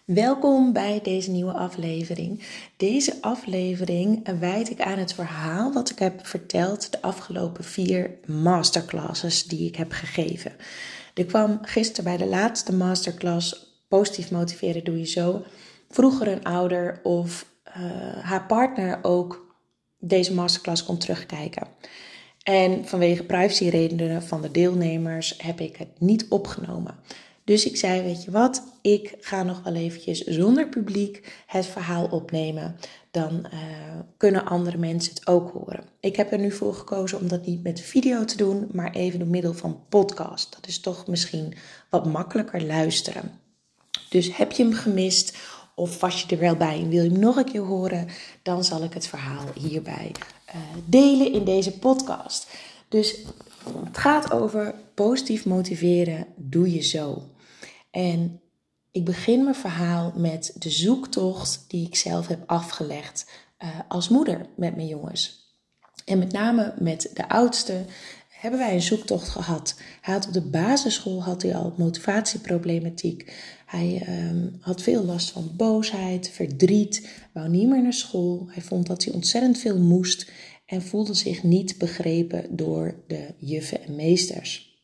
Welkom bij deze nieuwe aflevering. Deze aflevering wijd ik aan het verhaal wat ik heb verteld de afgelopen 4 masterclasses die ik heb gegeven. Er kwam gisteren bij de laatste masterclass Positief motiveren doe je zo. Vroeger een ouder of haar partner ook deze masterclass kon terugkijken. En vanwege privacyredenen van de deelnemers heb ik het niet opgenomen. Dus ik zei, weet je wat, ik ga nog wel eventjes zonder publiek het verhaal opnemen. Dan kunnen andere mensen het ook horen. Ik heb er nu voor gekozen om dat niet met video te doen, maar even door middel van podcast. Dat is toch misschien wat makkelijker luisteren. Dus heb je hem gemist of was je er wel bij en wil je hem nog een keer horen, dan zal ik het verhaal hierbij delen in deze podcast. Dus het gaat over positief motiveren doe je zo. En ik begin mijn verhaal met de zoektocht die ik zelf heb afgelegd als moeder met mijn jongens. En met name met de oudste hebben wij een zoektocht gehad. Hij had op de basisschool al motivatieproblematiek. Hij had veel last van boosheid, verdriet, wou niet meer naar school. Hij vond dat hij ontzettend veel moest en voelde zich niet begrepen door de juffen en meesters.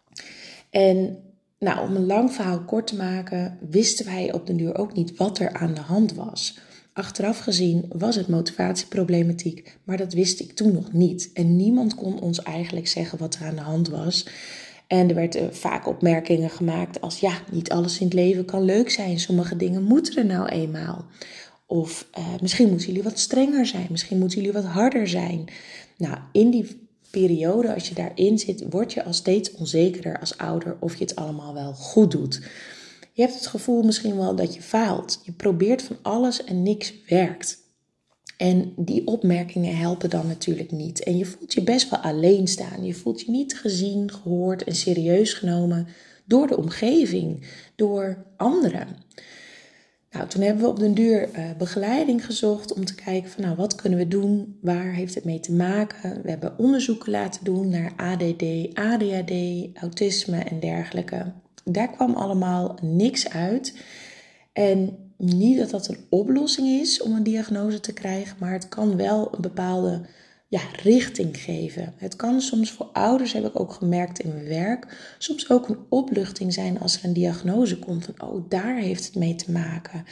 En om een lang verhaal kort te maken, wisten wij op den duur ook niet wat er aan de hand was. Achteraf gezien was het motivatieproblematiek, maar dat wist ik toen nog niet. En niemand kon ons eigenlijk zeggen wat er aan de hand was. En er werden vaak opmerkingen gemaakt als, niet alles in het leven kan leuk zijn. Sommige dingen moeten er nou eenmaal. Of misschien moeten jullie wat strenger zijn, misschien moeten jullie wat harder zijn. In die periode, als je daarin zit, word je al steeds onzekerder als ouder of je het allemaal wel goed doet. Je hebt het gevoel misschien wel dat je faalt. Je probeert van alles en niks werkt. En die opmerkingen helpen dan natuurlijk niet. En je voelt je best wel alleen staan. Je voelt je niet gezien, gehoord en serieus genomen door de omgeving, door anderen. Toen hebben we op den duur begeleiding gezocht om te kijken van wat kunnen we doen, waar heeft het mee te maken. We hebben onderzoeken laten doen naar ADD, ADHD, autisme en dergelijke. Daar kwam allemaal niks uit. En niet dat dat een oplossing is om een diagnose te krijgen, maar het kan wel een bepaalde richting geven. Het kan soms voor ouders, heb ik ook gemerkt in mijn werk, soms ook een opluchting zijn als er een diagnose komt van daar heeft het mee te maken.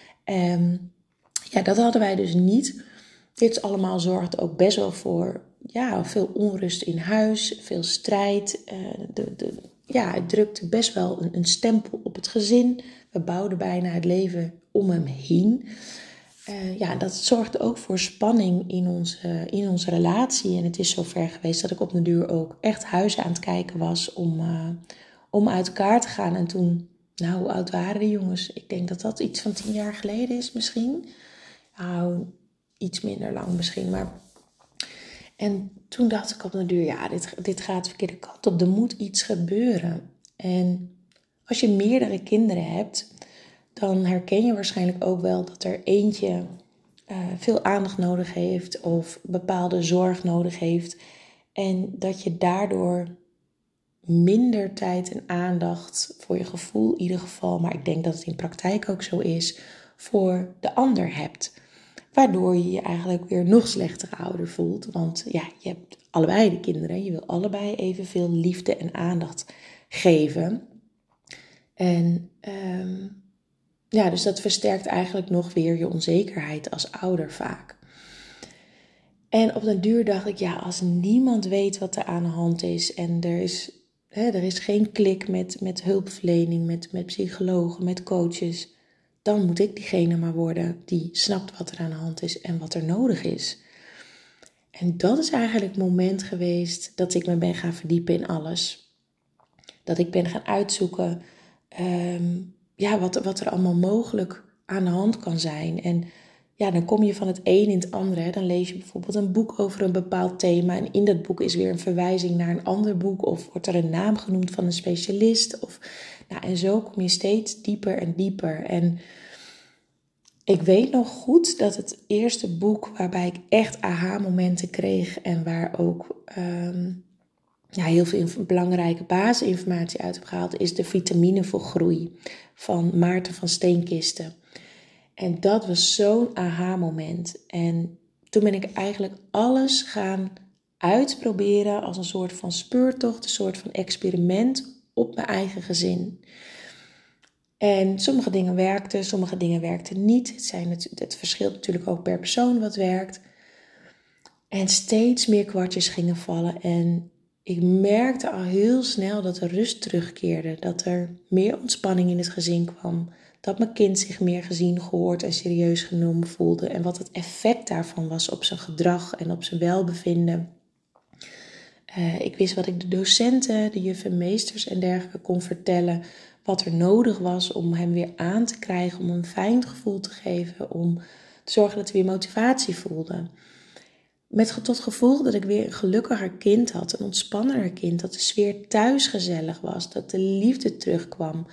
Dat hadden wij dus niet. Dit allemaal zorgde ook best wel voor veel onrust in huis, veel strijd. Het drukte best wel een stempel op het gezin. We bouwden bijna het leven om hem heen. Dat zorgde ook voor spanning in onze relatie. En het is zover geweest dat ik op den duur ook echt huizen aan het kijken was om uit elkaar te gaan. En toen, hoe oud waren de jongens? Ik denk dat dat iets van 10 jaar geleden is misschien. Iets minder lang misschien, maar... En toen dacht ik op den duur, dit gaat de verkeerde kant op. Er moet iets gebeuren. En als je meerdere kinderen hebt, dan herken je waarschijnlijk ook wel dat er eentje veel aandacht nodig heeft of bepaalde zorg nodig heeft. En dat je daardoor minder tijd en aandacht, voor je gevoel in ieder geval, maar ik denk dat het in praktijk ook zo is, voor de ander hebt. Waardoor je je eigenlijk weer nog slechter ouder voelt. Want je hebt allebei de kinderen. Je wil allebei evenveel liefde en aandacht geven. En dus dat versterkt eigenlijk nog weer je onzekerheid als ouder vaak. En op den duur dacht ik, als niemand weet wat er aan de hand is. En er is geen klik met hulpverlening, met psychologen, met coaches. Dan moet ik diegene maar worden die snapt wat er aan de hand is en wat er nodig is. En dat is eigenlijk het moment geweest dat ik me ben gaan verdiepen in alles. Dat ik ben gaan uitzoeken wat er allemaal mogelijk aan de hand kan zijn. En dan kom je van het een in het andere. Hè. Dan lees je bijvoorbeeld een boek over een bepaald thema. En in dat boek is weer een verwijzing naar een ander boek. Of wordt er een naam genoemd van een specialist. En zo kom je steeds dieper en dieper. En ik weet nog goed dat het eerste boek waarbij ik echt aha-momenten kreeg. En waar ook heel veel belangrijke basisinformatie uit heb gehaald, is de vitamine voor groei van Maarten van Steenkisten. En dat was zo'n aha-moment. En toen ben ik eigenlijk alles gaan uitproberen als een soort van speurtocht, een soort van experiment op mijn eigen gezin. En sommige dingen werkten, sommige dingen werkten niet. Het verschilt natuurlijk ook per persoon wat werkt. En steeds meer kwartjes gingen vallen. En ik merkte al heel snel dat er rust terugkeerde. Dat er meer ontspanning in het gezin kwam. Dat mijn kind zich meer gezien, gehoord en serieus genomen voelde. En wat het effect daarvan was op zijn gedrag en op zijn welbevinden. Ik wist wat ik de docenten, de juffen en meesters en dergelijke kon vertellen. Wat er nodig was om hem weer aan te krijgen. Om een fijn gevoel te geven. Om te zorgen dat hij weer motivatie voelde. Met tot gevolg dat ik weer een gelukkiger kind had. Een ontspannener kind. Dat de sfeer thuis gezellig was. Dat de liefde terugkwam.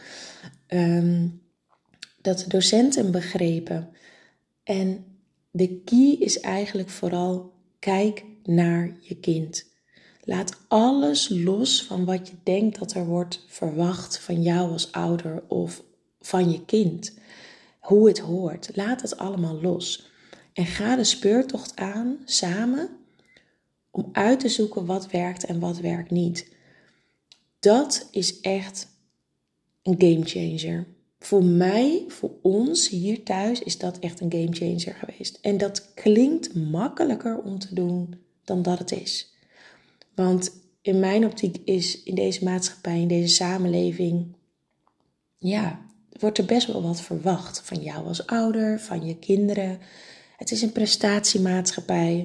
Dat de docenten begrepen. En de key is eigenlijk vooral: kijk naar je kind. Laat alles los van wat je denkt dat er wordt verwacht van jou als ouder of van je kind. Hoe het hoort. Laat het allemaal los. En ga de speurtocht aan samen om uit te zoeken wat werkt en wat werkt niet. Dat is echt een gamechanger. Voor mij, voor ons hier thuis, is dat echt een gamechanger geweest. En dat klinkt makkelijker om te doen dan dat het is. Want in mijn optiek is in deze maatschappij, in deze samenleving, wordt er best wel wat verwacht van jou als ouder, van je kinderen. Het is een prestatiemaatschappij.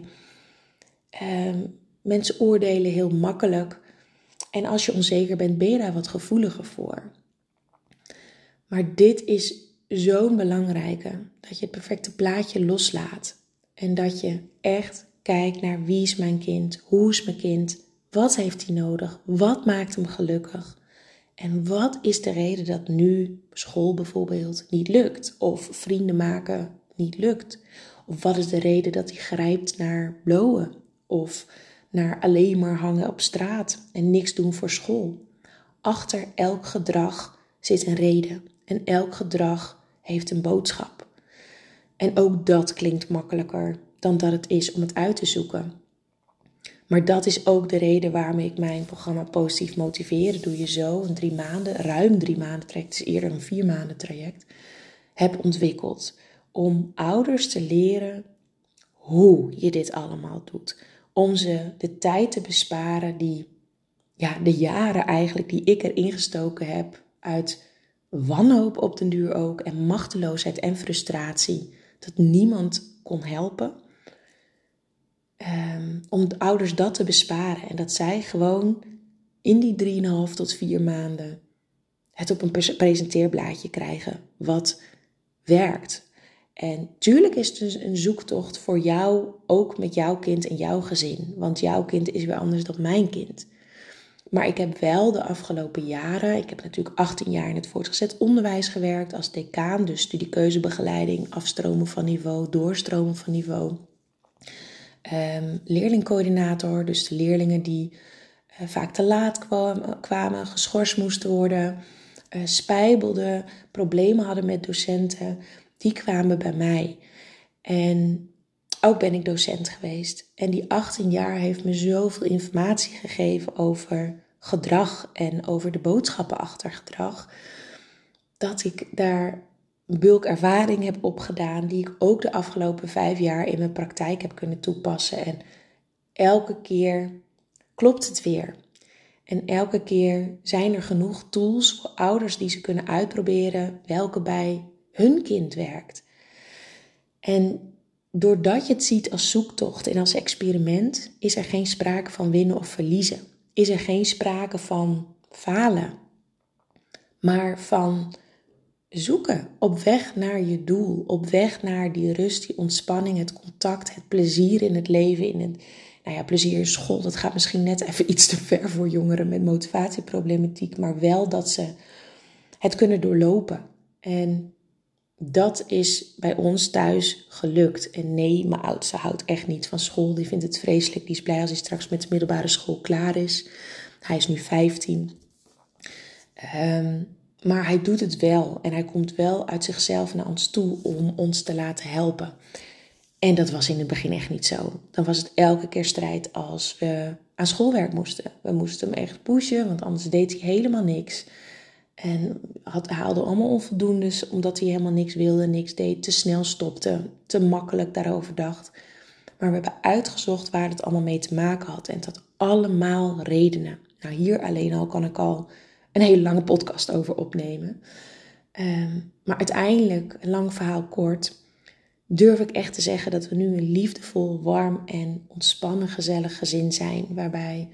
Mensen oordelen heel makkelijk. En als je onzeker bent, ben je daar wat gevoeliger voor. Maar dit is zo'n belangrijke, dat je het perfecte plaatje loslaat. En dat je echt kijkt naar: wie is mijn kind? Hoe is mijn kind? Wat heeft hij nodig? Wat maakt hem gelukkig? En wat is de reden dat nu school bijvoorbeeld niet lukt? Of vrienden maken niet lukt? Of wat is de reden dat hij grijpt naar blowen? Of naar alleen maar hangen op straat en niks doen voor school? Achter elk gedrag zit een reden. En elk gedrag heeft een boodschap. En ook dat klinkt makkelijker dan dat het is om het uit te zoeken. Maar dat is ook de reden waarom ik mijn programma Positief Motiveren Doe Je Zo, een ruim 3 maanden traject, het is eerder een 4 maanden traject, heb ontwikkeld. Om ouders te leren hoe je dit allemaal doet. Om ze de tijd te besparen de jaren eigenlijk die ik erin gestoken heb uit wanhoop op den duur ook en machteloosheid en frustratie. Dat niemand kon helpen. Om de ouders dat te besparen. En dat zij gewoon in die 3,5 tot 4 maanden het op een presenteerblaadje krijgen wat werkt. En tuurlijk is het dus een zoektocht voor jou, ook met jouw kind en jouw gezin. Want jouw kind is weer anders dan mijn kind. Maar ik heb wel de afgelopen jaren, ik heb natuurlijk 18 jaar in het voortgezet onderwijs gewerkt als decaan. Dus studiekeuzebegeleiding, afstromen van niveau, doorstromen van niveau. Leerlingcoördinator, dus de leerlingen die vaak te laat kwamen, geschorst moesten worden, spijbelden, problemen hadden met docenten, die kwamen bij mij. En ook ben ik docent geweest. En die 18 jaar heeft me zoveel informatie gegeven over gedrag en over de boodschappen achter gedrag, dat ik daar een bulk ervaring heb opgedaan die ik ook de afgelopen 5 jaar in mijn praktijk heb kunnen toepassen. En elke keer klopt het weer. En elke keer zijn er genoeg tools voor ouders die ze kunnen uitproberen welke bij hun kind werkt. En doordat je het ziet als zoektocht en als experiment, is er geen sprake van winnen of verliezen. Is er geen sprake van falen, maar van zoeken, op weg naar je doel, op weg naar die rust, die ontspanning, het contact, het plezier in het leven. Plezier in school, dat gaat misschien net even iets te ver voor jongeren met motivatieproblematiek, maar wel dat ze het kunnen doorlopen. En dat is bij ons thuis gelukt. En nee, mijn oudste houdt echt niet van school. Die vindt het vreselijk. Die is blij als hij straks met de middelbare school klaar is. Hij is nu 15. Maar hij doet het wel. En hij komt wel uit zichzelf naar ons toe om ons te laten helpen. En dat was in het begin echt niet zo. Dan was het elke keer strijd als we aan schoolwerk moesten. We moesten hem echt pushen, want anders deed hij helemaal niks. En haalde allemaal onvoldoendes, omdat hij helemaal niks wilde, niks deed, te snel stopte, te makkelijk daarover dacht. Maar we hebben uitgezocht waar het allemaal mee te maken had. En het had allemaal redenen. Nou, hier alleen al kan ik al een hele lange podcast over opnemen. Maar uiteindelijk, een lang verhaal kort, durf ik echt te zeggen dat we nu een liefdevol, warm en ontspannen, gezellig gezin zijn. Waarbij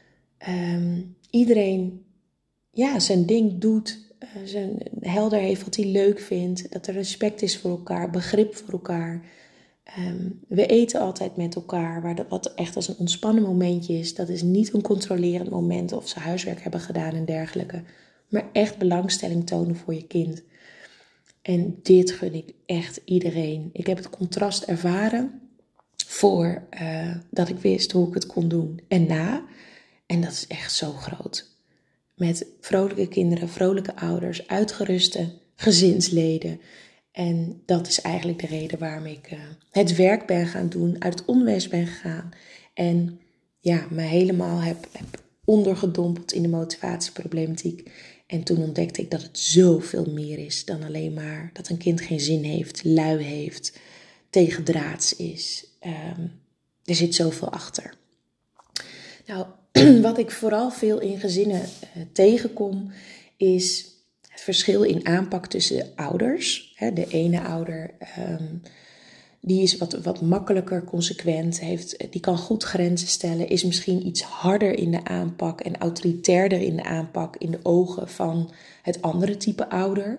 iedereen zijn ding doet, zijn helder heeft wat hij leuk vindt. Dat er respect is voor elkaar, begrip voor elkaar. We eten altijd met elkaar, wat echt als een ontspannen momentje is. Dat is niet een controlerend moment of ze huiswerk hebben gedaan en dergelijke. Maar echt belangstelling tonen voor je kind. En dit gun ik echt iedereen. Ik heb het contrast ervaren voor dat ik wist hoe ik het kon doen en na. En dat is echt zo groot. Met vrolijke kinderen, vrolijke ouders, uitgeruste gezinsleden. En dat is eigenlijk de reden waarom ik het werk ben gaan doen, uit het onderwijs ben gegaan. En me helemaal heb ondergedompeld in de motivatieproblematiek. En toen ontdekte ik dat het zoveel meer is dan alleen maar dat een kind geen zin heeft, lui heeft, tegendraads is. Er zit zoveel achter. Nou, wat ik vooral veel in gezinnen tegenkom, is het verschil in aanpak tussen ouders. De ene ouder die is wat makkelijker consequent, die kan goed grenzen stellen, is misschien iets harder in de aanpak en autoritairder in de aanpak in de ogen van het andere type ouder.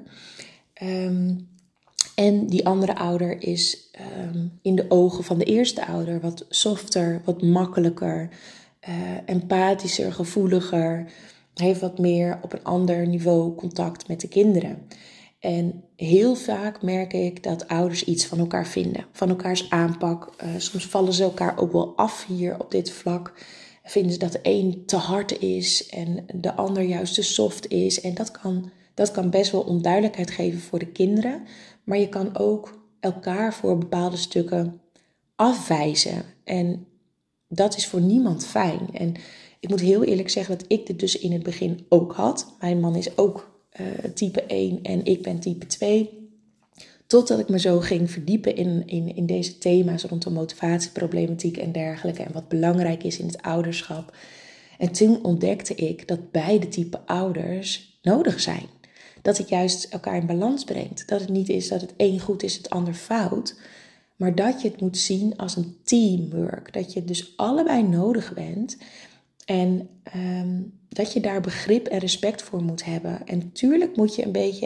En die andere ouder is in de ogen van de eerste ouder wat softer, wat makkelijker, empathischer, gevoeliger, heeft wat meer op een ander niveau contact met de kinderen. En heel vaak merk ik dat ouders iets van elkaar vinden, van elkaars aanpak. Soms vallen ze elkaar ook wel af hier op dit vlak. Vinden ze dat de een te hard is en de ander juist te soft is. En dat kan best wel onduidelijkheid geven voor de kinderen. Maar je kan ook elkaar voor bepaalde stukken afwijzen. En dat is voor niemand fijn. En ik moet heel eerlijk zeggen dat ik dit dus in het begin ook had. Mijn man is ook type 1 en ik ben type 2. Totdat ik me zo ging verdiepen in deze thema's rondom motivatieproblematiek en dergelijke. En wat belangrijk is in het ouderschap. En toen ontdekte ik dat beide type ouders nodig zijn. Dat het juist elkaar in balans brengt. Dat het niet is dat het een goed is, het ander fout. Maar dat je het moet zien als een teamwork. Dat je dus allebei nodig bent. En dat je daar begrip en respect voor moet hebben. En natuurlijk moet je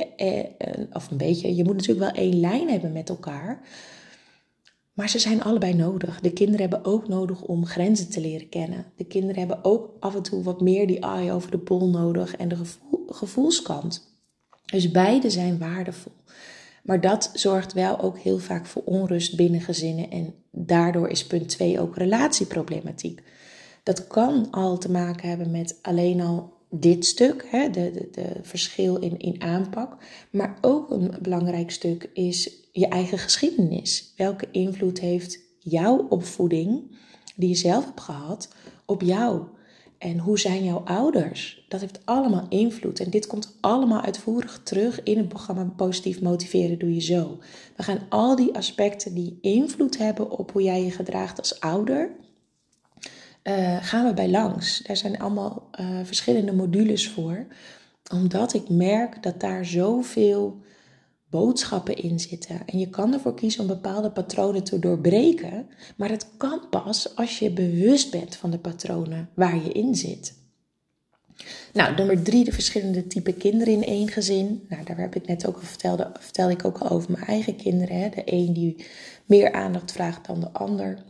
je moet natuurlijk wel één lijn hebben met elkaar. Maar ze zijn allebei nodig. De kinderen hebben ook nodig om grenzen te leren kennen. De kinderen hebben ook af en toe wat meer die eye over de bol nodig en de gevoelskant. Dus beide zijn waardevol. Maar dat zorgt wel ook heel vaak voor onrust binnen gezinnen. En daardoor is punt 2 ook relatieproblematiek. Dat kan al te maken hebben met alleen al dit stuk, de verschil in aanpak. Maar ook een belangrijk stuk is je eigen geschiedenis. Welke invloed heeft jouw opvoeding, die je zelf hebt gehad, op jou? En hoe zijn jouw ouders? Dat heeft allemaal invloed. En dit komt allemaal uitvoerig terug in het programma Positief Motiveren Doe Je Zo. We gaan al die aspecten die invloed hebben op hoe jij je gedraagt als ouder, gaan we bij langs. Daar zijn allemaal verschillende modules voor. Omdat ik merk dat daar zoveel boodschappen in zitten. En je kan ervoor kiezen om bepaalde patronen te doorbreken. Maar het kan pas als je bewust bent van de patronen waar je in zit. Nou, nummer 3, de verschillende type kinderen in één gezin. Nou, daar heb ik net ook vertelde ik ook al over mijn eigen kinderen. De een die meer aandacht vraagt dan de ander.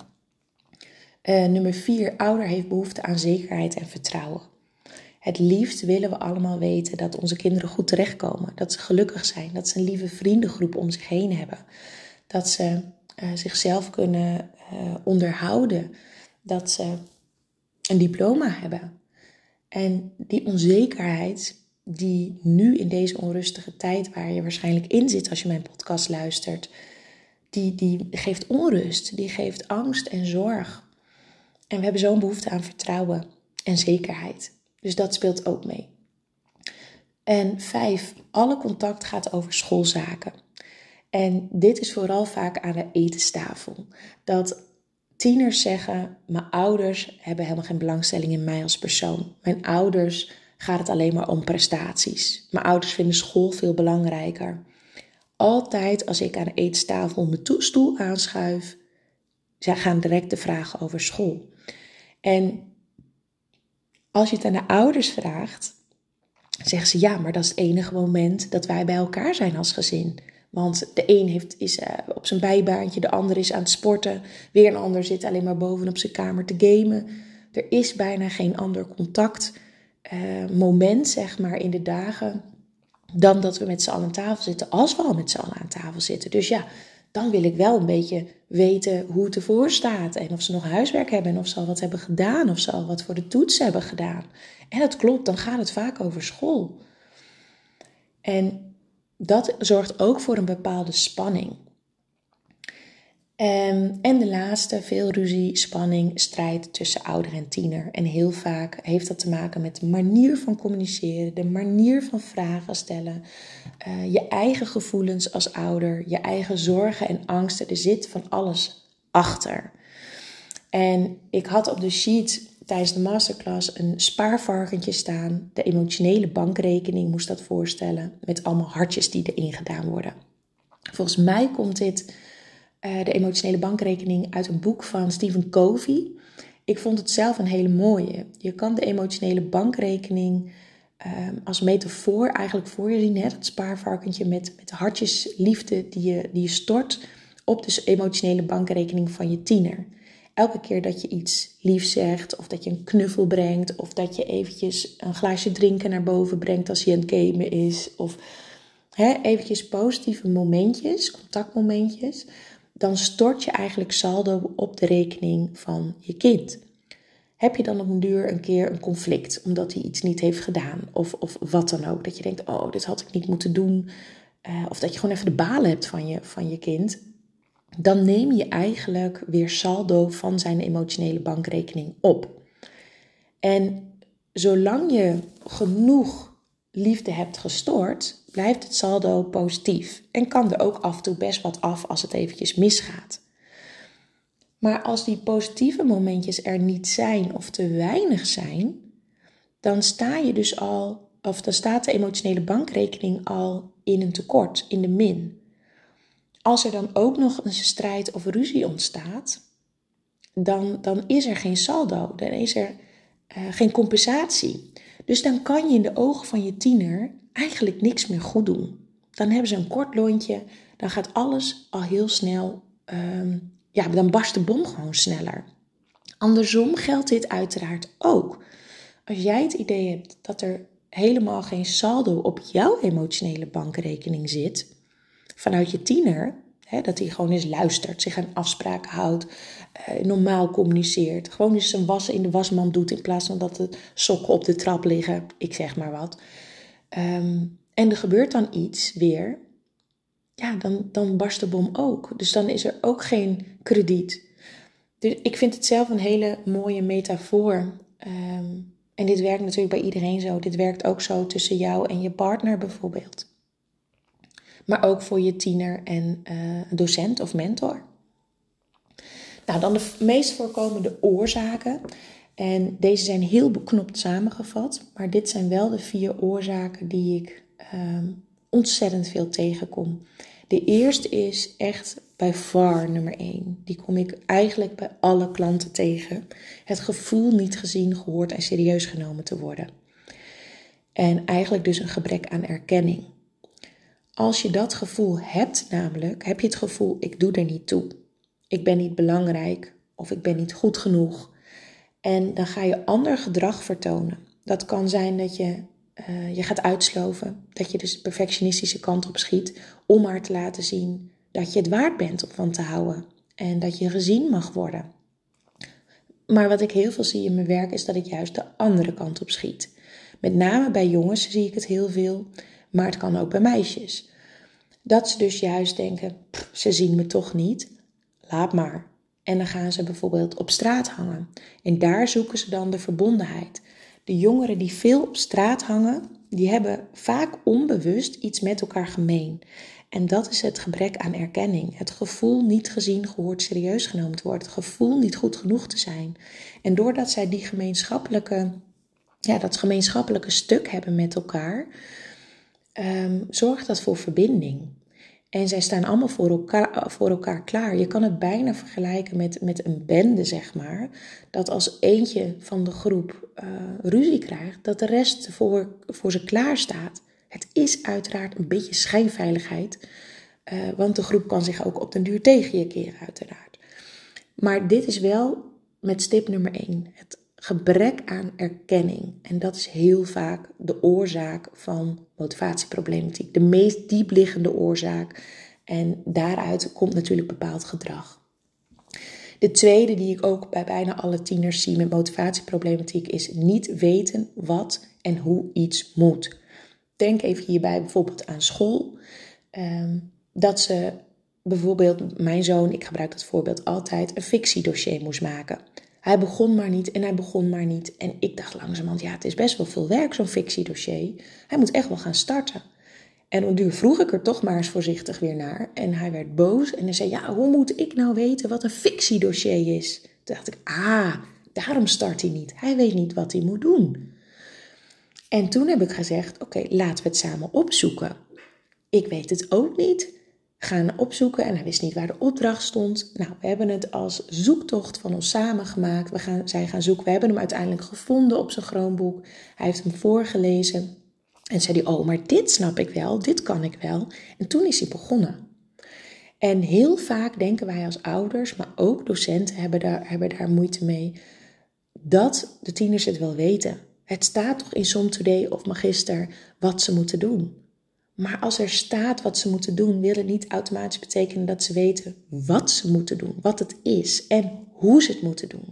Nummer 4, ouder heeft behoefte aan zekerheid en vertrouwen. Het liefst willen we allemaal weten dat onze kinderen goed terechtkomen. Dat ze gelukkig zijn. Dat ze een lieve vriendengroep om zich heen hebben. Dat ze zichzelf kunnen onderhouden. Dat ze een diploma hebben. En die onzekerheid die nu in deze onrustige tijd, waar je waarschijnlijk in zit als je mijn podcast luistert, die geeft onrust, die geeft angst en zorg. En we hebben zo'n behoefte aan vertrouwen en zekerheid. Dus dat speelt ook mee. En 5, alle contact gaat over schoolzaken. En dit is vooral vaak aan de etenstafel. Dat tieners zeggen, mijn ouders hebben helemaal geen belangstelling in mij als persoon. Mijn ouders gaat het alleen maar om prestaties. Mijn ouders vinden school veel belangrijker. Altijd als ik aan de etenstafel mijn stoel aanschuif, zij gaan direct de vragen over school. En als je het aan de ouders vraagt, zeggen ze ja, maar dat is het enige moment dat wij bij elkaar zijn als gezin. Want de een is op zijn bijbaantje, de ander is aan het sporten. Weer een ander zit alleen maar bovenop zijn kamer te gamen. Er is bijna geen ander contactmoment, zeg maar, in de dagen dan dat we met z'n allen aan tafel zitten, als we al met z'n allen aan tafel zitten. Dus ja, dan wil ik wel een beetje weten hoe het ervoor staat. En of ze nog huiswerk hebben en of ze al wat hebben gedaan. Of ze al wat voor de toets hebben gedaan. En dat klopt, dan gaat het vaak over school. En dat zorgt ook voor een bepaalde spanning. En de laatste, veel ruzie, spanning, strijd tussen ouder en tiener. En heel vaak heeft dat te maken met de manier van communiceren, de manier van vragen stellen, je eigen gevoelens als ouder, je eigen zorgen en angsten. Er zit van alles achter. En ik had op de sheet tijdens de masterclass een spaarvarkentje staan. De emotionele bankrekening moest dat voorstellen, met allemaal hartjes die erin gedaan worden. Volgens mij komt dit, de emotionele bankrekening, uit een boek van Stephen Covey. Ik vond het zelf een hele mooie. Je kan de emotionele bankrekening als metafoor eigenlijk voor je zien. Hè? Dat spaarvarkentje met hartjes liefde die je stort op de emotionele bankrekening van je tiener. Elke keer dat je iets liefs zegt, of dat je een knuffel brengt, of dat je eventjes een glaasje drinken naar boven brengt als hij aan het gamen is, of eventjes positieve momentjes, contactmomentjes, dan stort je eigenlijk saldo op de rekening van je kind. Heb je dan op een duur een keer een conflict, omdat hij iets niet heeft gedaan, of wat dan ook, dat je denkt, oh, dit had ik niet moeten doen, of dat je gewoon even de balen hebt van je kind, dan neem je eigenlijk weer saldo van zijn emotionele bankrekening op. En zolang je genoeg liefde hebt gestort, blijft het saldo positief. En kan er ook af en toe best wat af als het eventjes misgaat. Maar als die positieve momentjes er niet zijn of te weinig zijn, dan dan staat de emotionele bankrekening al in een tekort, in de min. Als er dan ook nog een strijd of ruzie ontstaat, dan is er geen saldo, dan is er geen compensatie. Dus dan kan je in de ogen van je tiener eigenlijk niks meer goed doen. Dan hebben ze een kort lontje, dan gaat alles al heel snel, dan barst de bom gewoon sneller. Andersom geldt dit uiteraard ook. Als jij het idee hebt dat er helemaal geen saldo op jouw emotionele bankrekening zit, vanuit je tiener, dat hij gewoon eens luistert, zich aan afspraken houdt, normaal communiceert, gewoon eens zijn wassen in de wasmand doet in plaats van dat de sokken op de trap liggen, ik zeg maar wat. En er gebeurt dan iets weer, ja, dan barst de bom ook. Dus dan is er ook geen krediet. Dus ik vind het zelf een hele mooie metafoor. En dit werkt natuurlijk bij iedereen zo. Dit werkt ook zo tussen jou en je partner bijvoorbeeld. Maar ook voor je tiener en docent of mentor. Nou, dan de meest voorkomende oorzaken. En deze zijn heel beknopt samengevat. Maar dit zijn wel de 4 oorzaken die ik ontzettend veel tegenkom. De eerste is echt by far nummer 1. Die kom ik eigenlijk bij alle klanten tegen. Het gevoel niet gezien, gehoord en serieus genomen te worden. En eigenlijk dus een gebrek aan erkenning. Als je dat gevoel hebt namelijk, heb je het gevoel, ik doe er niet toe. Ik ben niet belangrijk of ik ben niet goed genoeg. En dan ga je ander gedrag vertonen. Dat kan zijn dat je gaat uitsloven. Dat je dus de perfectionistische kant op schiet. Om maar te laten zien dat je het waard bent om van te houden. En dat je gezien mag worden. Maar wat ik heel veel zie in mijn werk is dat ik juist de andere kant op schiet. Met name bij jongens zie ik het heel veel, maar het kan ook bij meisjes. Dat ze dus juist denken, ze zien me toch niet, laat maar. En dan gaan ze bijvoorbeeld op straat hangen. En daar zoeken ze dan de verbondenheid. De jongeren die veel op straat hangen, die hebben vaak onbewust iets met elkaar gemeen. En dat is het gebrek aan erkenning. Het gevoel niet gezien, gehoord, serieus genomen te worden. Het gevoel niet goed genoeg te zijn. En doordat zij dat gemeenschappelijke stuk hebben met elkaar, zorgt dat voor verbinding. En zij staan allemaal voor elkaar klaar. Je kan het bijna vergelijken met een bende, zeg maar. Dat als eentje van de groep ruzie krijgt, dat de rest voor ze klaar staat. Het is uiteraard een beetje schijnveiligheid. Want de groep kan zich ook op den duur tegen je keren, uiteraard. Maar dit is wel met stip nummer 1. Het gebrek aan erkenning. En dat is heel vaak de oorzaak van motivatieproblematiek. De meest diepliggende oorzaak. En daaruit komt natuurlijk bepaald gedrag. De tweede die ik ook bij bijna alle tieners zie met motivatieproblematiek is niet weten wat en hoe iets moet. Denk even hierbij bijvoorbeeld aan school. Dat ze bijvoorbeeld, mijn zoon, ik gebruik dat voorbeeld altijd, een fictiedossier moest maken. Hij begon maar niet en hij begon maar niet. En ik dacht langzamerhand, het is best wel veel werk, zo'n fictiedossier. Hij moet echt wel gaan starten. En op duur vroeg ik er toch maar eens voorzichtig weer naar. En hij werd boos en hij zei, hoe moet ik nou weten wat een fictiedossier is? Toen dacht ik, daarom start hij niet. Hij weet niet wat hij moet doen. En toen heb ik gezegd, oké, laten we het samen opzoeken. Ik weet het ook niet. Gaan opzoeken en hij wist niet waar de opdracht stond. Nou, we hebben het als zoektocht van ons samen gemaakt. Zij gaan zoeken. We hebben hem uiteindelijk gevonden op zijn Chromebook. Hij heeft hem voorgelezen. En zei hij, maar dit snap ik wel, dit kan ik wel. En toen is hij begonnen. En heel vaak denken wij als ouders, maar ook docenten hebben daar moeite mee, dat de tieners het wel weten. Het staat toch in SomToday of Magister wat ze moeten doen. Maar als er staat wat ze moeten doen, wil het niet automatisch betekenen dat ze weten wat ze moeten doen, wat het is en hoe ze het moeten doen.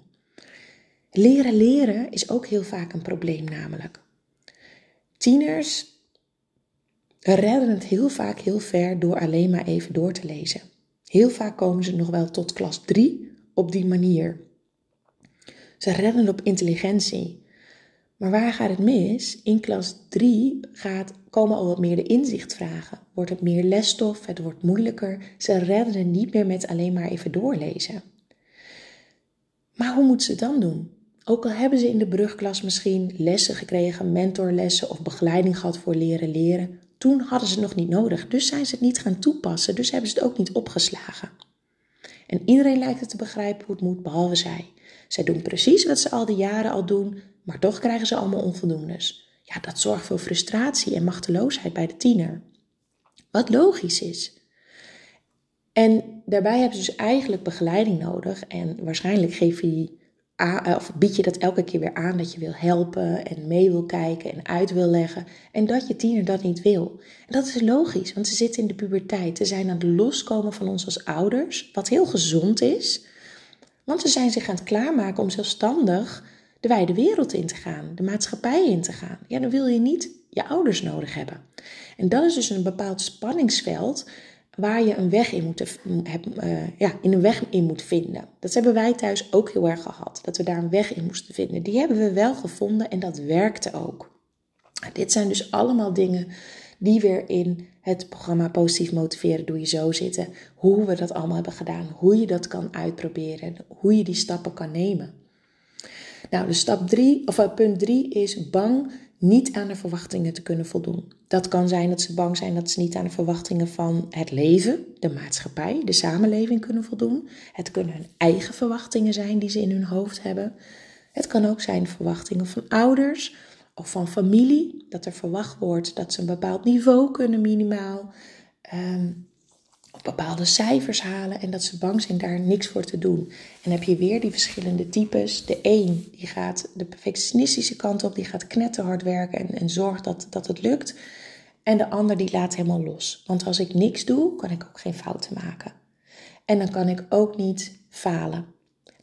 Leren is ook heel vaak een probleem namelijk. Tieners redden het heel vaak heel ver door alleen maar even door te lezen. Heel vaak komen ze nog wel tot klas 3 op die manier. Ze redden op intelligentie. Maar waar gaat het mis? In klas 3 komen al wat meer de inzichtvragen. Wordt het meer lesstof, het wordt moeilijker. Ze redden het niet meer met alleen maar even doorlezen. Maar hoe moeten ze het dan doen? Ook al hebben ze in de brugklas misschien lessen gekregen, mentorlessen of begeleiding gehad voor leren. Toen hadden ze het nog niet nodig, dus zijn ze het niet gaan toepassen, dus hebben ze het ook niet opgeslagen. En iedereen lijkt het te begrijpen hoe het moet, behalve zij. Zij doen precies wat ze al die jaren al doen, maar toch krijgen ze allemaal onvoldoendes. Ja, dat zorgt voor frustratie en machteloosheid bij de tiener. Wat logisch is. En daarbij hebben ze dus eigenlijk begeleiding nodig en waarschijnlijk bied je dat elke keer weer aan dat je wil helpen en mee wil kijken en uit wil leggen. En dat je tiener dat niet wil. En dat is logisch, want ze zitten in de puberteit. Ze zijn aan het loskomen van ons als ouders, wat heel gezond is. Want ze zijn zich aan het klaarmaken om zelfstandig de wijde wereld in te gaan, de maatschappij in te gaan. Ja, dan wil je niet je ouders nodig hebben. En dat is dus een bepaald spanningsveld waar je een weg in moet vinden. Dat hebben wij thuis ook heel erg gehad. Dat we daar een weg in moesten vinden. Die hebben we wel gevonden en dat werkte ook. Dit zijn dus allemaal dingen die weer in het programma Positief Motiveren Doe Je Zo zitten. Hoe we dat allemaal hebben gedaan. Hoe je dat kan uitproberen. Hoe je die stappen kan nemen. Nou, punt 3 is bang niet aan de verwachtingen te kunnen voldoen. Dat kan zijn dat ze bang zijn dat ze niet aan de verwachtingen van het leven, de maatschappij, de samenleving kunnen voldoen. Het kunnen hun eigen verwachtingen zijn die ze in hun hoofd hebben. Het kan ook zijn verwachtingen van ouders of van familie. Dat er verwacht wordt dat ze een bepaald niveau kunnen minimaal. Of bepaalde cijfers halen en dat ze bang zijn daar niks voor te doen. En dan heb je weer die verschillende types. De een die gaat de perfectionistische kant op, die gaat knetterhard werken en zorgt dat het lukt. En de ander die laat helemaal los. Want als ik niks doe, kan ik ook geen fouten maken. En dan kan ik ook niet falen.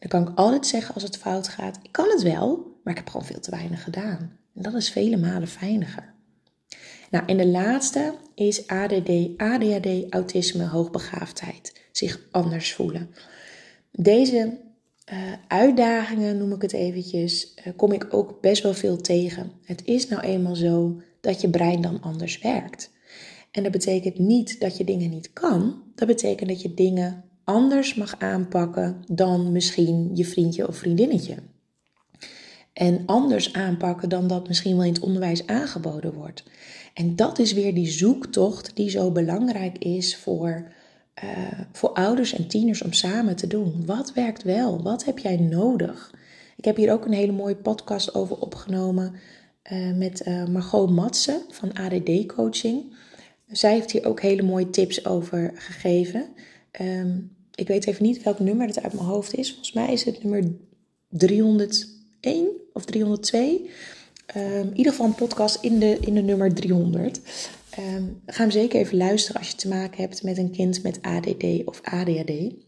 Dan kan ik altijd zeggen als het fout gaat, ik kan het wel, maar ik heb gewoon veel te weinig gedaan. En dat is vele malen veiliger. Nou, en de laatste is ADD, ADHD, autisme, hoogbegaafdheid. Zich anders voelen. Deze uitdagingen, noem ik het eventjes, kom ik ook best wel veel tegen. Het is nou eenmaal zo dat je brein dan anders werkt. En dat betekent niet dat je dingen niet kan. Dat betekent dat je dingen anders mag aanpakken dan misschien je vriendje of vriendinnetje. En anders aanpakken dan dat misschien wel in het onderwijs aangeboden wordt. En dat is weer die zoektocht die zo belangrijk is voor ouders en tieners om samen te doen. Wat werkt wel? Wat heb jij nodig? Ik heb hier ook een hele mooie podcast over opgenomen met Margot Matsen van ADD Coaching. Zij heeft hier ook hele mooie tips over gegeven. Ik weet even niet welk nummer het uit mijn hoofd is. Volgens mij is het nummer 301 of 302. In ieder geval een podcast in de nummer 300. Ga hem zeker even luisteren als je te maken hebt met een kind met ADD of ADHD.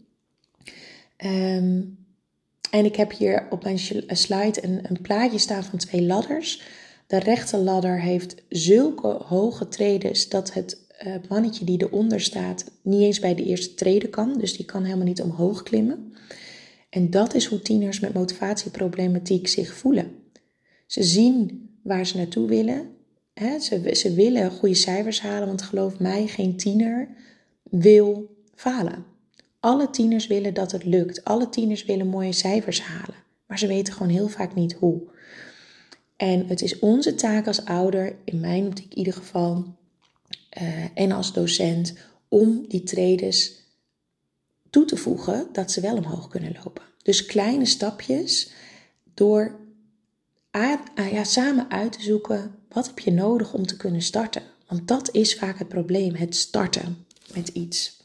En ik heb hier op mijn slide een plaatje staan van 2 ladders. De rechte ladder heeft zulke hoge tredes dat het mannetje die eronder staat niet eens bij de eerste trede kan. Dus die kan helemaal niet omhoog klimmen. En dat is hoe tieners met motivatieproblematiek zich voelen. Ze zien waar ze naartoe willen. Ze willen goede cijfers halen, want geloof mij, geen tiener wil falen. Alle tieners willen dat het lukt. Alle tieners willen mooie cijfers halen. Maar ze weten gewoon heel vaak niet hoe. En het is onze taak als ouder, in mijn optiek in ieder geval, en als docent, om die tredes toe te voegen dat ze wel omhoog kunnen lopen. Dus kleine stapjes door samen uit te zoeken, wat heb je nodig om te kunnen starten? Want dat is vaak het probleem, het starten met iets.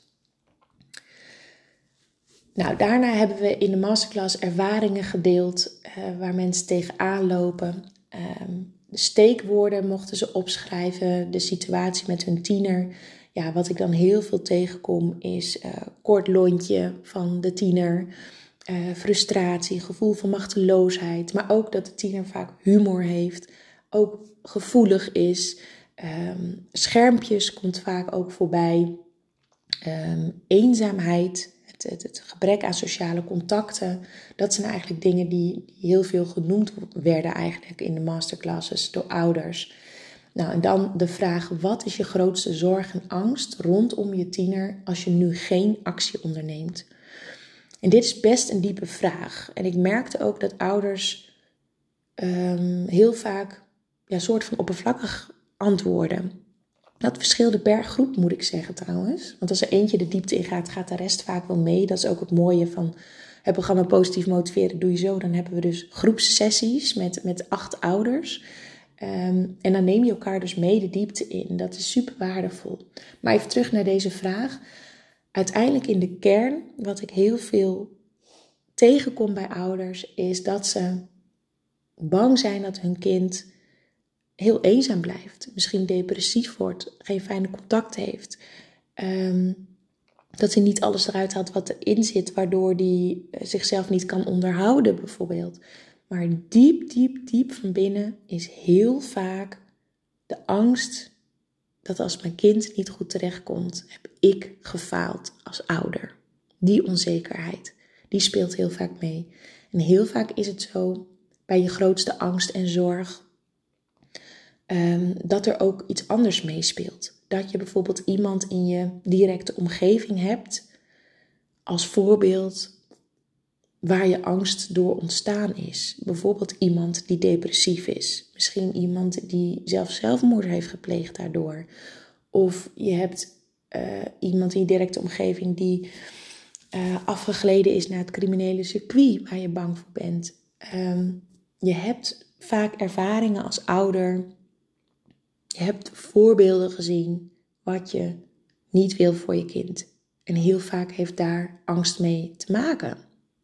Nou, daarna hebben we in de masterclass ervaringen gedeeld waar mensen tegenaan lopen. De steekwoorden mochten ze opschrijven, de situatie met hun tiener. Ja, wat ik dan heel veel tegenkom is kort lontje van de tiener, frustratie, gevoel van machteloosheid. Maar ook dat de tiener vaak humor heeft, ook gevoelig is. Schermpjes komt vaak ook voorbij. Eenzaamheid, het gebrek aan sociale contacten. Dat zijn eigenlijk dingen die heel veel genoemd werden eigenlijk in de masterclasses door ouders. Nou, en dan de vraag, wat is je grootste zorg en angst rondom je tiener als je nu geen actie onderneemt? En dit is best een diepe vraag. En ik merkte ook dat ouders heel vaak soort van oppervlakkig antwoorden. Dat verschilde per groep, moet ik zeggen trouwens. Want als er eentje de diepte in gaat, gaat de rest vaak wel mee. Dat is ook het mooie van het programma Positief Motiveren Doe Je Zo. Dan hebben we dus groepssessies met 8 ouders. En dan neem je elkaar dus mee de diepte in. Dat is super waardevol. Maar even terug naar deze vraag. Uiteindelijk in de kern, wat ik heel veel tegenkom bij ouders, is dat ze bang zijn dat hun kind heel eenzaam blijft. Misschien depressief wordt, geen fijne contacten heeft. Dat hij niet alles eruit haalt wat erin zit, waardoor hij zichzelf niet kan onderhouden bijvoorbeeld. Maar diep van binnen is heel vaak de angst dat als mijn kind niet goed terechtkomt, heb ik gefaald als ouder. Die onzekerheid, die speelt heel vaak mee. En heel vaak is het zo, bij je grootste angst en zorg, dat er ook iets anders meespeelt. Dat je bijvoorbeeld iemand in je directe omgeving hebt, als voorbeeld, waar je angst door ontstaan is. Bijvoorbeeld iemand die depressief is. Misschien iemand die zelfmoord heeft gepleegd daardoor. Of je hebt iemand in je directe omgeving die afgegleden is naar het criminele circuit waar je bang voor bent. Je hebt vaak ervaringen als ouder. Je hebt voorbeelden gezien wat je niet wil voor je kind. En heel vaak heeft daar angst mee te maken.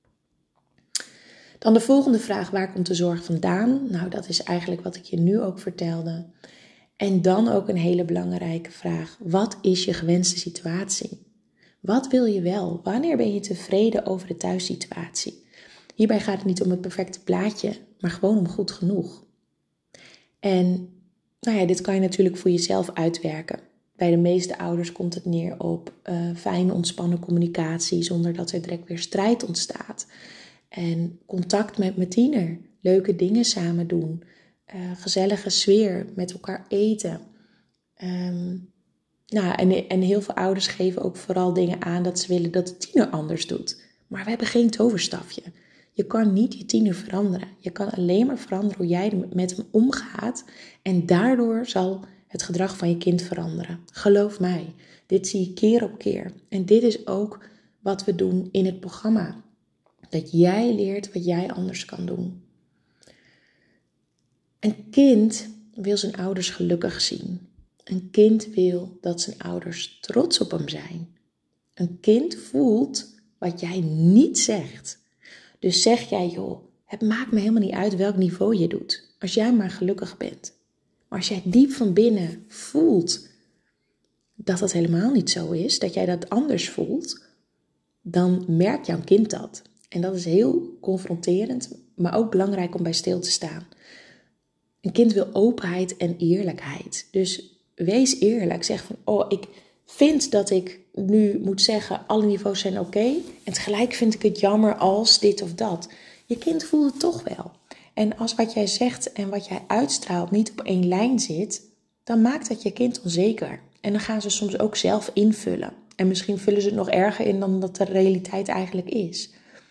Dan de volgende vraag, waar komt de zorg vandaan? Nou, dat is eigenlijk wat ik je nu ook vertelde. En dan ook een hele belangrijke vraag. Wat is je gewenste situatie? Wat wil je wel? Wanneer ben je tevreden over de thuissituatie? Hierbij gaat het niet om het perfecte plaatje, maar gewoon om goed genoeg. En dit kan je natuurlijk voor jezelf uitwerken. Bij de meeste ouders komt het neer op fijne, ontspannen communicatie, zonder dat er direct weer strijd ontstaat. En contact met mijn tiener, leuke dingen samen doen, gezellige sfeer, met elkaar eten. En heel veel ouders geven ook vooral dingen aan dat ze willen dat de tiener anders doet. Maar we hebben geen toverstafje. Je kan niet je tiener veranderen. Je kan alleen maar veranderen hoe jij met hem omgaat. En daardoor zal het gedrag van je kind veranderen. Geloof mij, dit zie ik keer op keer. En dit is ook wat we doen in het programma. Dat jij leert wat jij anders kan doen. Een kind wil zijn ouders gelukkig zien. Een kind wil dat zijn ouders trots op hem zijn. Een kind voelt wat jij niet zegt. Dus zeg jij, joh, het maakt me helemaal niet uit welk niveau je doet. Als jij maar gelukkig bent. Maar als jij diep van binnen voelt dat dat helemaal niet zo is, dat jij dat anders voelt, dan merkt jouw kind dat. En dat is heel confronterend, maar ook belangrijk om bij stil te staan. Een kind wil openheid en eerlijkheid. Dus wees eerlijk. Zeg van, ik vind dat ik nu moet zeggen, alle niveaus zijn oké. En tegelijk vind ik het jammer als dit of dat. Je kind voelt het toch wel. En als wat jij zegt en wat jij uitstraalt niet op één lijn zit, dan maakt dat je kind onzeker. En dan gaan ze soms ook zelf invullen. En misschien vullen ze het nog erger in dan dat de realiteit eigenlijk is.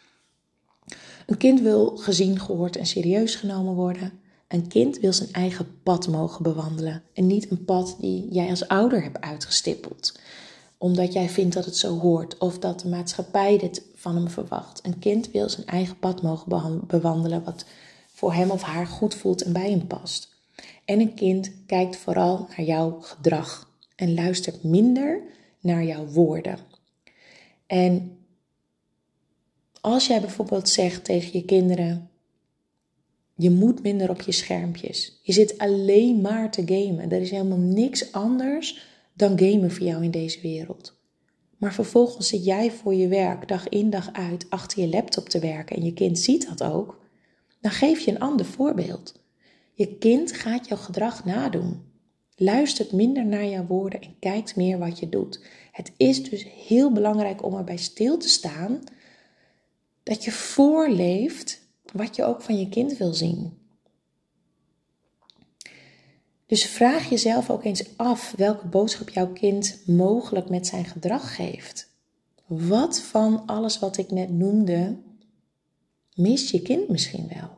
Een kind wil gezien, gehoord en serieus genomen worden. Een kind wil zijn eigen pad mogen bewandelen. En niet een pad die jij als ouder hebt uitgestippeld. Omdat jij vindt dat het zo hoort. Of dat de maatschappij dit van hem verwacht. Een kind wil zijn eigen pad mogen bewandelen. Wat voor hem of haar goed voelt en bij hem past. En een kind kijkt vooral naar jouw gedrag. En luistert minder naar jouw woorden. En als jij bijvoorbeeld zegt tegen je kinderen, je moet minder op je schermpjes. Je zit alleen maar te gamen. Er is helemaal niks anders dan gamen voor jou in deze wereld. Maar vervolgens zit jij voor je werk dag in dag uit achter je laptop te werken en je kind ziet dat ook. Dan geef je een ander voorbeeld. Je kind gaat jouw gedrag nadoen. Luistert minder naar jouw woorden en kijkt meer wat je doet. Het is dus heel belangrijk om erbij stil te staan dat je voorleeft wat je ook van je kind wil zien. Dus vraag jezelf ook eens af welke boodschap jouw kind mogelijk met zijn gedrag geeft. Wat van alles wat ik net noemde, mist je kind misschien wel?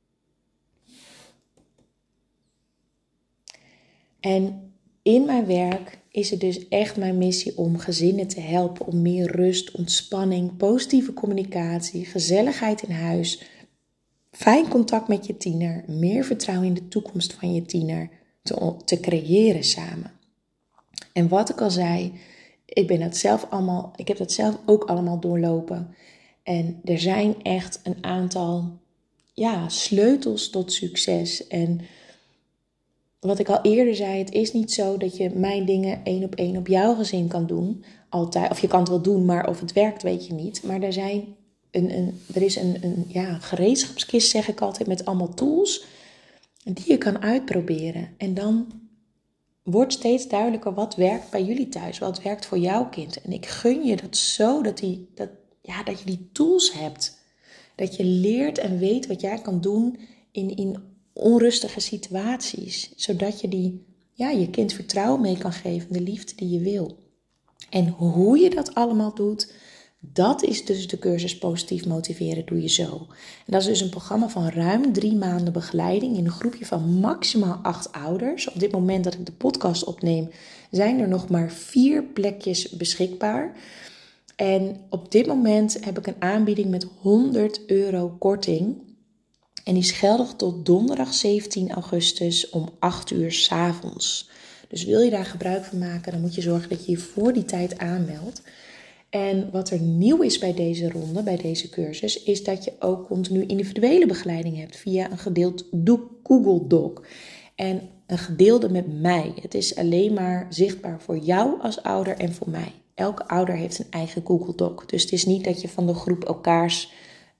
En in mijn werk is het dus echt mijn missie om gezinnen te helpen om meer rust, ontspanning, positieve communicatie, gezelligheid in huis, fijn contact met je tiener, meer vertrouwen in de toekomst van je tiener te creëren samen. En wat ik al zei, ik heb dat zelf ook allemaal doorlopen. En er zijn echt een aantal sleutels tot succes. En wat ik al eerder zei, het is niet zo dat je mijn dingen 1 op 1 op jouw gezin kan doen. Altijd. Of je kan het wel doen, maar of het werkt weet je niet. Maar er is een gereedschapskist, zeg ik altijd, met allemaal tools die je kan uitproberen. En dan wordt steeds duidelijker wat werkt bij jullie thuis, wat werkt voor jouw kind. En ik gun je dat zo, dat je die tools hebt. Dat je leert en weet wat jij kan doen in onrustige situaties. Zodat je je kind vertrouwen mee kan geven, de liefde die je wil. En hoe je dat allemaal doet, dat is dus de cursus Positief Motiveren doe je zo. En dat is dus een programma van ruim 3 maanden begeleiding in een groepje van maximaal 8 ouders. Op dit moment dat ik de podcast opneem, zijn er nog maar 4 plekjes beschikbaar. En op dit moment heb ik een aanbieding met €100 korting. En die is geldig tot donderdag 17 augustus om 8 uur 's avonds. Dus wil je daar gebruik van maken, dan moet je zorgen dat je je voor die tijd aanmeldt. En wat er nieuw is bij deze ronde, bij deze cursus, is dat je ook continu individuele begeleiding hebt via een gedeeld Google Doc. En een gedeelde met mij. Het is alleen maar zichtbaar voor jou als ouder en voor mij. Elke ouder heeft een eigen Google Doc. Dus het is niet dat je van de groep elkaars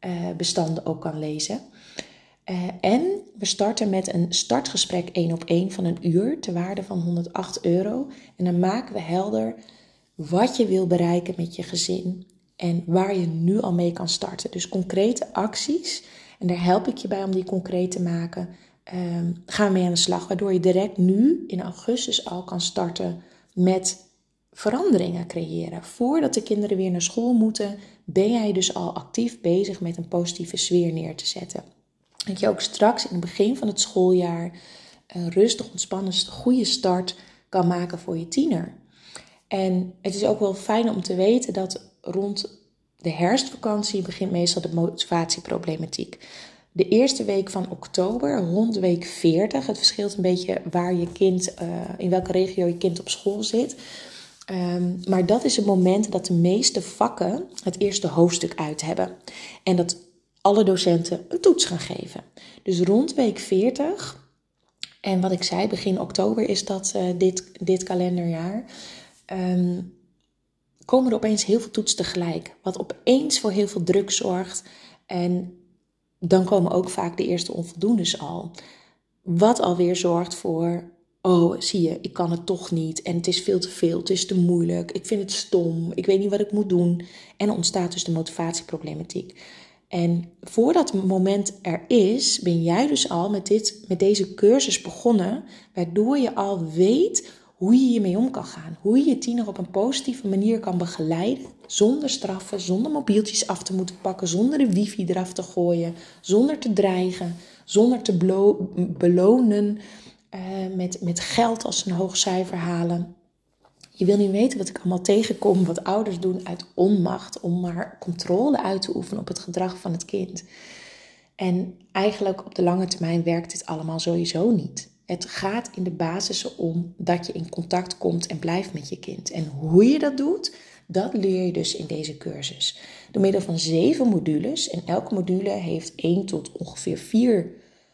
bestanden ook kan lezen. En we starten met een startgesprek 1-op-1 van een uur ter waarde van €108. En dan maken we helder wat je wil bereiken met je gezin en waar je nu al mee kan starten. Dus concrete acties, en daar help ik je bij om die concreet te maken, gaan we mee aan de slag. Waardoor je direct nu in augustus al kan starten met veranderingen creëren. Voordat de kinderen weer naar school moeten, ben jij dus al actief bezig met een positieve sfeer neer te zetten. Dat je ook straks in het begin van het schooljaar een rustig, ontspannen, goede start kan maken voor je tiener. En het is ook wel fijn om te weten dat rond de herfstvakantie begint meestal de motivatieproblematiek. De eerste week van oktober, rond week 40, het verschilt een beetje waar je kind, in welke regio je kind op school zit. Maar dat is het moment dat de meeste vakken het eerste hoofdstuk uit hebben. En dat alle docenten een toets gaan geven. Dus rond week 40, en wat ik zei, begin oktober is dat dit kalenderjaar, komen er opeens heel veel toetsen tegelijk. Wat opeens voor heel veel druk zorgt. En dan komen ook vaak de eerste onvoldoendes al. Wat alweer zorgt voor, oh zie je, ik kan het toch niet. En het is veel te veel, het is te moeilijk. Ik vind het stom, ik weet niet wat ik moet doen. En er ontstaat dus de motivatieproblematiek. En voordat het moment er is, ben jij dus al met deze cursus begonnen. Waardoor je al weet hoe je hiermee om kan gaan. Hoe je je tiener op een positieve manier kan begeleiden. Zonder straffen, zonder mobieltjes af te moeten pakken. Zonder de wifi eraf te gooien. Zonder te dreigen. Zonder te belonen met geld als ze een hoog cijfer halen. Je wil niet weten wat ik allemaal tegenkom, wat ouders doen uit onmacht, om maar controle uit te oefenen op het gedrag van het kind. En eigenlijk op de lange termijn werkt dit allemaal sowieso niet. Het gaat in de basis om dat je in contact komt en blijft met je kind. En hoe je dat doet, dat leer je dus in deze cursus. Door middel van 7 modules. En elke module heeft 1 tot ongeveer 4,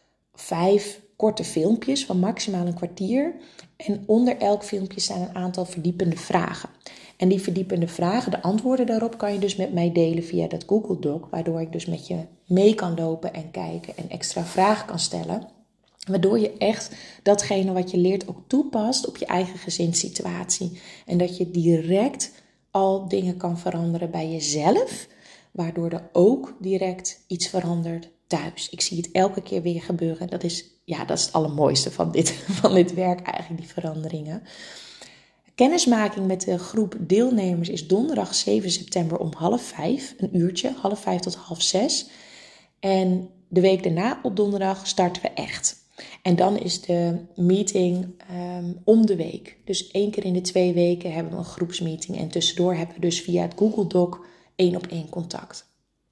5 korte filmpjes van maximaal een kwartier. En onder elk filmpje staan een aantal verdiepende vragen. En die verdiepende vragen, de antwoorden daarop, kan je dus met mij delen via dat Google Doc. Waardoor ik dus met je mee kan lopen en kijken en extra vragen kan stellen. Waardoor je echt datgene wat je leert ook toepast op je eigen gezinssituatie. En dat je direct al dingen kan veranderen bij jezelf. Waardoor er ook direct iets verandert thuis. Ik zie het elke keer weer gebeuren. Dat is het allermooiste van dit werk eigenlijk, die veranderingen. Kennismaking met de groep deelnemers is donderdag 7 september om 4:30. Een uurtje, 4:30 tot 5:30. En de week daarna op donderdag starten we echt. En dan is de meeting om de week. Dus 1 keer in de 2 weken hebben we een groepsmeeting. En tussendoor hebben we dus via het Google Doc 1-op-1 contact.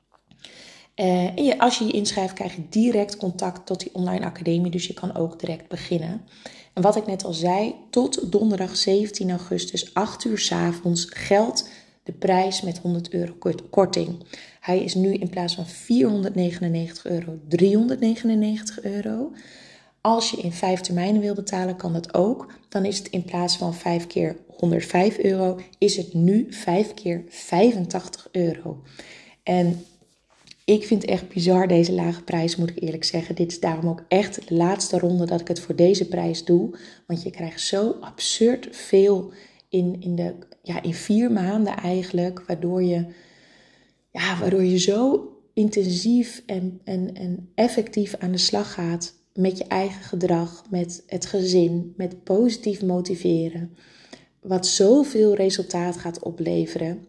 Als je je inschrijft, krijg je direct contact tot die online academie. Dus je kan ook direct beginnen. En wat ik net al zei, tot donderdag 17 augustus, 8 uur 's avonds, geldt de prijs met €100 korting. Hij is nu in plaats van €499, €399. Als je in 5 termijnen wil betalen, kan dat ook. Dan is het in plaats van 5 keer €105, is het nu 5 keer €85. En ik vind het echt bizar, deze lage prijs, moet ik eerlijk zeggen. Dit is daarom ook echt de laatste ronde dat ik het voor deze prijs doe. Want je krijgt zo absurd veel in 4 maanden eigenlijk. Waardoor je zo intensief en effectief aan de slag gaat met je eigen gedrag, met het gezin, met positief motiveren. Wat zoveel resultaat gaat opleveren.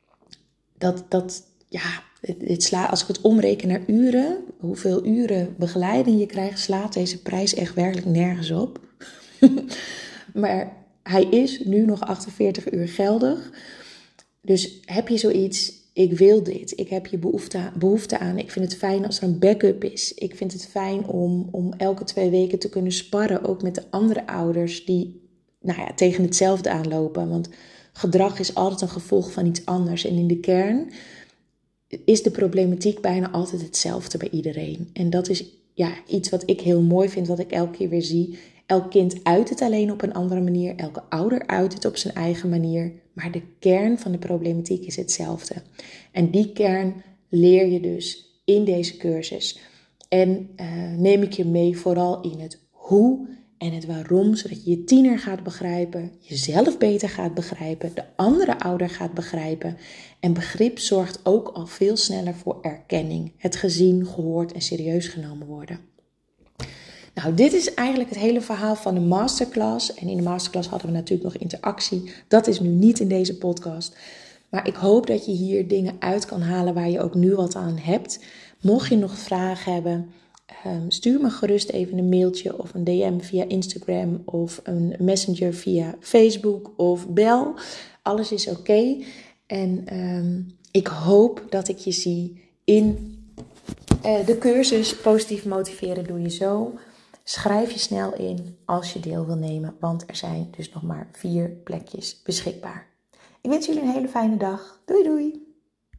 Als ik het omreken naar uren, hoeveel uren begeleiding je krijgt, slaat deze prijs echt werkelijk nergens op. Maar hij is nu nog 48 uur geldig. Dus heb je zoiets, ik wil dit, ik heb je behoefte aan. Ik vind het fijn als er een backup is. Ik vind het fijn om elke 2 weken te kunnen sparren, ook met de andere ouders die tegen hetzelfde aanlopen. Want gedrag is altijd een gevolg van iets anders. En in de kern is de problematiek bijna altijd hetzelfde bij iedereen. En dat is iets wat ik heel mooi vind, wat ik elke keer weer zie. Elk kind uit het alleen op een andere manier. Elke ouder uit het op zijn eigen manier. Maar de kern van de problematiek is hetzelfde. En die kern leer je dus in deze cursus. En neem ik je mee vooral in het hoe en het waarom, zodat je je tiener gaat begrijpen, jezelf beter gaat begrijpen, de andere ouder gaat begrijpen. En begrip zorgt ook al veel sneller voor erkenning, het gezien, gehoord en serieus genomen worden. Nou, dit is eigenlijk het hele verhaal van de masterclass. En in de masterclass hadden we natuurlijk nog interactie. Dat is nu niet in deze podcast. Maar ik hoop dat je hier dingen uit kan halen waar je ook nu wat aan hebt. Mocht je nog vragen hebben, stuur me gerust even een mailtje of een DM via Instagram of een messenger via Facebook of bel. Alles is oké. En ik hoop dat ik je zie in de cursus Positief Motiveren Doe Je Zo. Schrijf je snel in als je deel wil nemen, want er zijn dus nog maar 4 plekjes beschikbaar. Ik wens jullie een hele fijne dag. Doei doei!